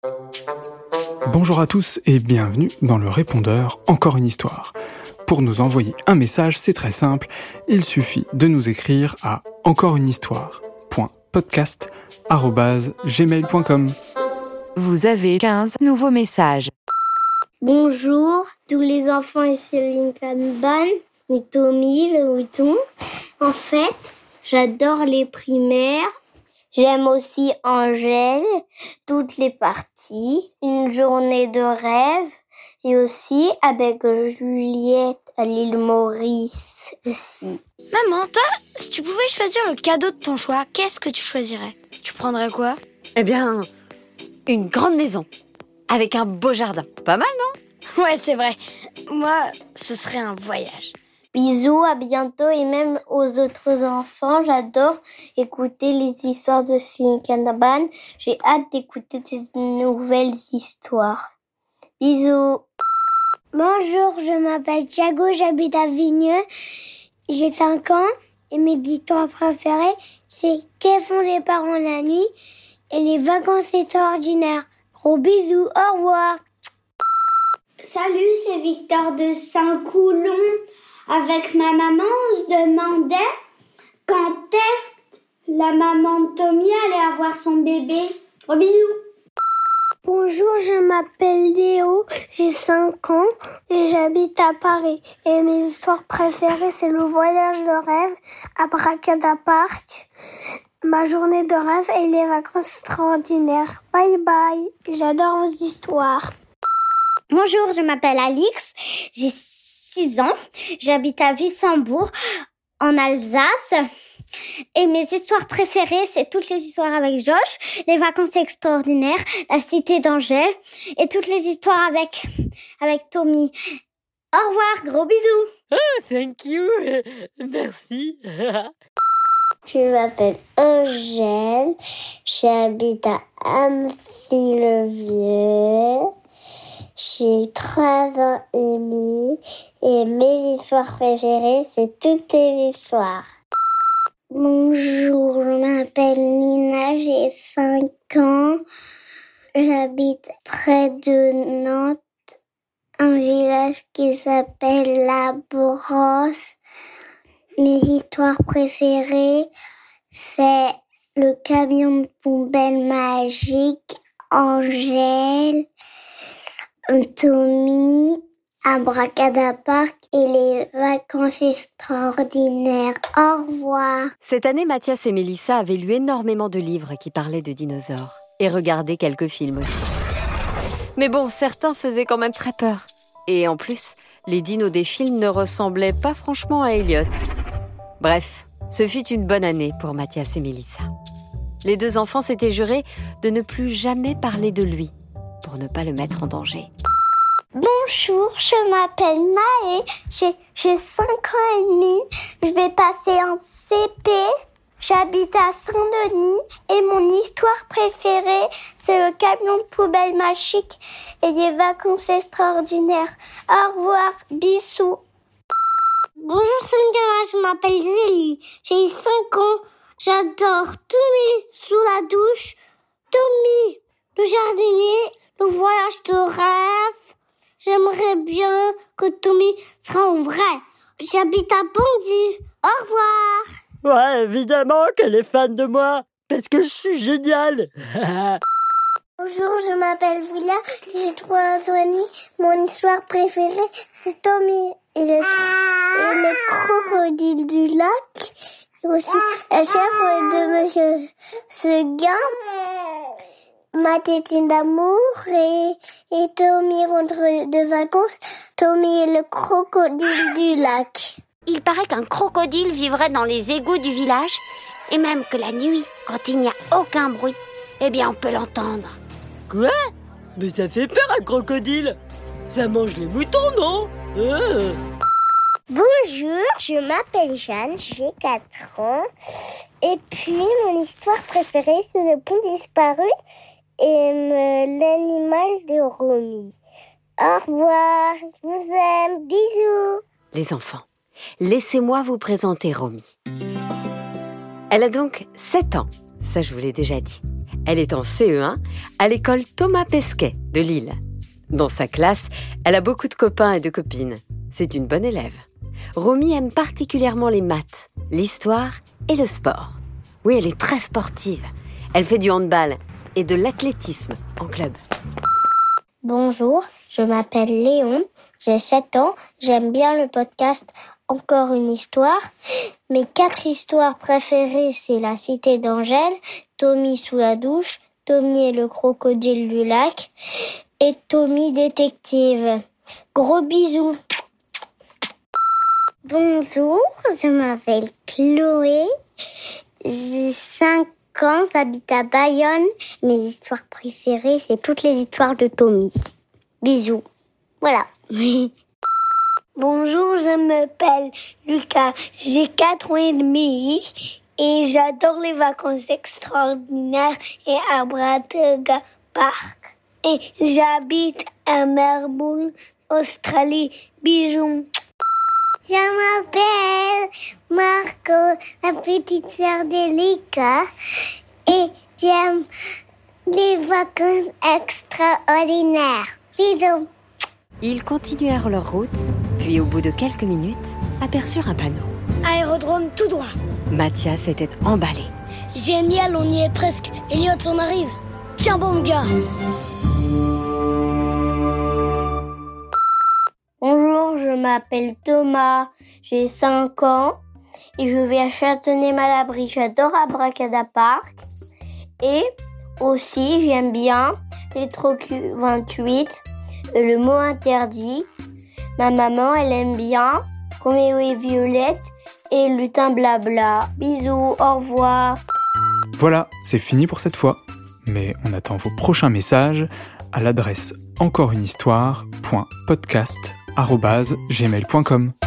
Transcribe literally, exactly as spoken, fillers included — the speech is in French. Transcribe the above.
Bonjour à tous et bienvenue dans le répondeur Encore une histoire. Pour nous envoyer un message, c'est très simple, il suffit de nous écrire à encoreunehistoire point podcast arobase gmail point com. Vous avez quinze nouveaux messages. Bonjour, tous les enfants, ici Lincoln Ban, mais Tommy, le mouton. En fait, j'adore les primaires. J'aime aussi Angèle, toutes les parties, une journée de rêve et aussi avec Juliette à l'île Maurice aussi. Maman, toi, si tu pouvais choisir le cadeau de ton choix, qu'est-ce que tu choisirais? Tu prendrais quoi? Eh bien, une grande maison avec un beau jardin. Pas mal, non? Ouais, c'est vrai. Moi, ce serait un voyage. Bisous, à bientôt et même aux autres enfants. J'adore écouter les histoires de Silicanaban. J'ai hâte d'écouter tes nouvelles histoires. Bisous. Bonjour, je m'appelle Thiago, j'habite à Vigneux. J'ai cinq ans et mes histoires préférées, c'est Que font les parents la nuit et les vacances extraordinaires. Gros bisous, au revoir. Salut, c'est Victor de Saint-Coulon. Avec ma maman, on se demandait quand est-ce la maman de Tommy allait avoir son bébé. Gros bisous. Bonjour, je m'appelle Léo, j'ai cinq ans et j'habite à Paris. Et mes histoires préférées, c'est le voyage de rêve à Bracada Park, ma journée de rêve et les vacances extraordinaires. Bye bye, j'adore vos histoires. Bonjour, je m'appelle Alix, j'ai six ans, j'habite à Wissembourg, en Alsace. Et mes histoires préférées, c'est toutes les histoires avec Josh, les vacances extraordinaires, la cité d'Angers et toutes les histoires avec, avec Tommy. Au revoir, gros bisous. Oh, thank you. Merci. Je m'appelle Angèle, j'habite à Annecy-le-Vieux. J'ai trois ans et demi et mes histoires préférées, c'est toutes les histoires. Bonjour, je m'appelle Nina, j'ai cinq ans. J'habite près de Nantes, un village qui s'appelle La Brosse. Mes histoires préférées, c'est le camion de poubelle magique, Angèle, Tommy, Abracada Park et les vacances extraordinaires. Au revoir. Cette année, Mathias et Mélissa avaient lu énormément de livres qui parlaient de dinosaures et regardé quelques films aussi. Mais bon, certains faisaient quand même très peur. Et en plus, les dinos des films ne ressemblaient pas franchement à Elliot. Bref, ce fut une bonne année pour Mathias et Mélissa. Les deux enfants s'étaient jurés de ne plus jamais parler de lui pour ne pas le mettre en danger. Bonjour, je m'appelle Maë, j'ai, j'ai cinq ans et demi, je vais passer en C P, j'habite à Saint-Denis et mon histoire préférée, c'est le camion de poubelle magique et les vacances extraordinaires. Au revoir, bisous. Bonjour Cynthia, je m'appelle Zélie, j'ai cinq ans, j'adore Tommy sous la douche, Tommy le jardinier, le voyage de rêve. J'aimerais bien que Tommy sera en vrai. J'habite à Bondy. Au revoir. Ouais, évidemment qu'elle est fan de moi, parce que je suis génial. Bonjour, je m'appelle Villa, j'ai trois ans et demi. Mon histoire préférée, c'est Tommy et le, et le crocodile du lac. Et aussi la chèvre de Monsieur Seguin. Ma tétine d'amour et, et Tommy rentre de vacances. Tommy est le crocodile du lac. Il paraît qu'un crocodile vivrait dans les égouts du village et même que la nuit, quand il n'y a aucun bruit, eh bien on peut l'entendre. Quoi? Mais ça fait peur un crocodile. Ça mange les moutons, non? euh. Bonjour, je m'appelle Jeanne, j'ai quatre ans. Et puis mon histoire préférée, c'est le pont disparu et l'animal de Romy. Au revoir, je vous aime, bisous. Les enfants, laissez-moi vous présenter Romy. Elle a donc sept ans. ça je vous l'ai déjà dit. Elle est en C E un à l'école Thomas Pesquet de Lille. Dans sa classe, elle a beaucoup de copains et de copines. C'est une bonne élève. Romy aime particulièrement les maths, l'histoire et le sport. Oui, elle est très sportive. Elle fait du handball et de l'athlétisme en club. Bonjour, je m'appelle Léon, j'ai sept ans, j'aime bien le podcast Encore une histoire. Mes quatre histoires préférées, c'est La Cité d'Angèle, Tommy sous la douche, Tommy et le crocodile du lac et Tommy détective. Gros bisous. Bonjour, je m'appelle Chloé, j'ai cinq ans, j'habite à Bayonne. Mes histoires préférées, c'est toutes les histoires de Tommy. Bisous. Voilà. Bonjour, je m'appelle Lucas, j'ai quatre ans et demi et j'adore les vacances extraordinaires et à Bratega Park. Et j'habite à Melbourne, Australie. Bisous. Je m'appelle Marco, la petite sœur d'Elika, et j'aime les vacances extraordinaires. Bisous. Ils continuèrent leur route, puis au bout de quelques minutes, aperçurent un panneau. Aérodrome tout droit. Mathias était emballé. Génial, on y est presque. Elliot, on arrive. Tiens bon, gars. Bonjour, je m'appelle Thomas, j'ai cinq ans et je vais à Châtenay-Malabry. J'adore Abracada Park et aussi j'aime bien les Trocu vingt-huit, le mot interdit. Ma maman, elle aime bien Roméo et Violette et Lutin Blabla. Bisous, au revoir. Voilà, c'est fini pour cette fois. Mais on attend vos prochains messages à l'adresse encoreunehistoire point podcast arobase gmail point com.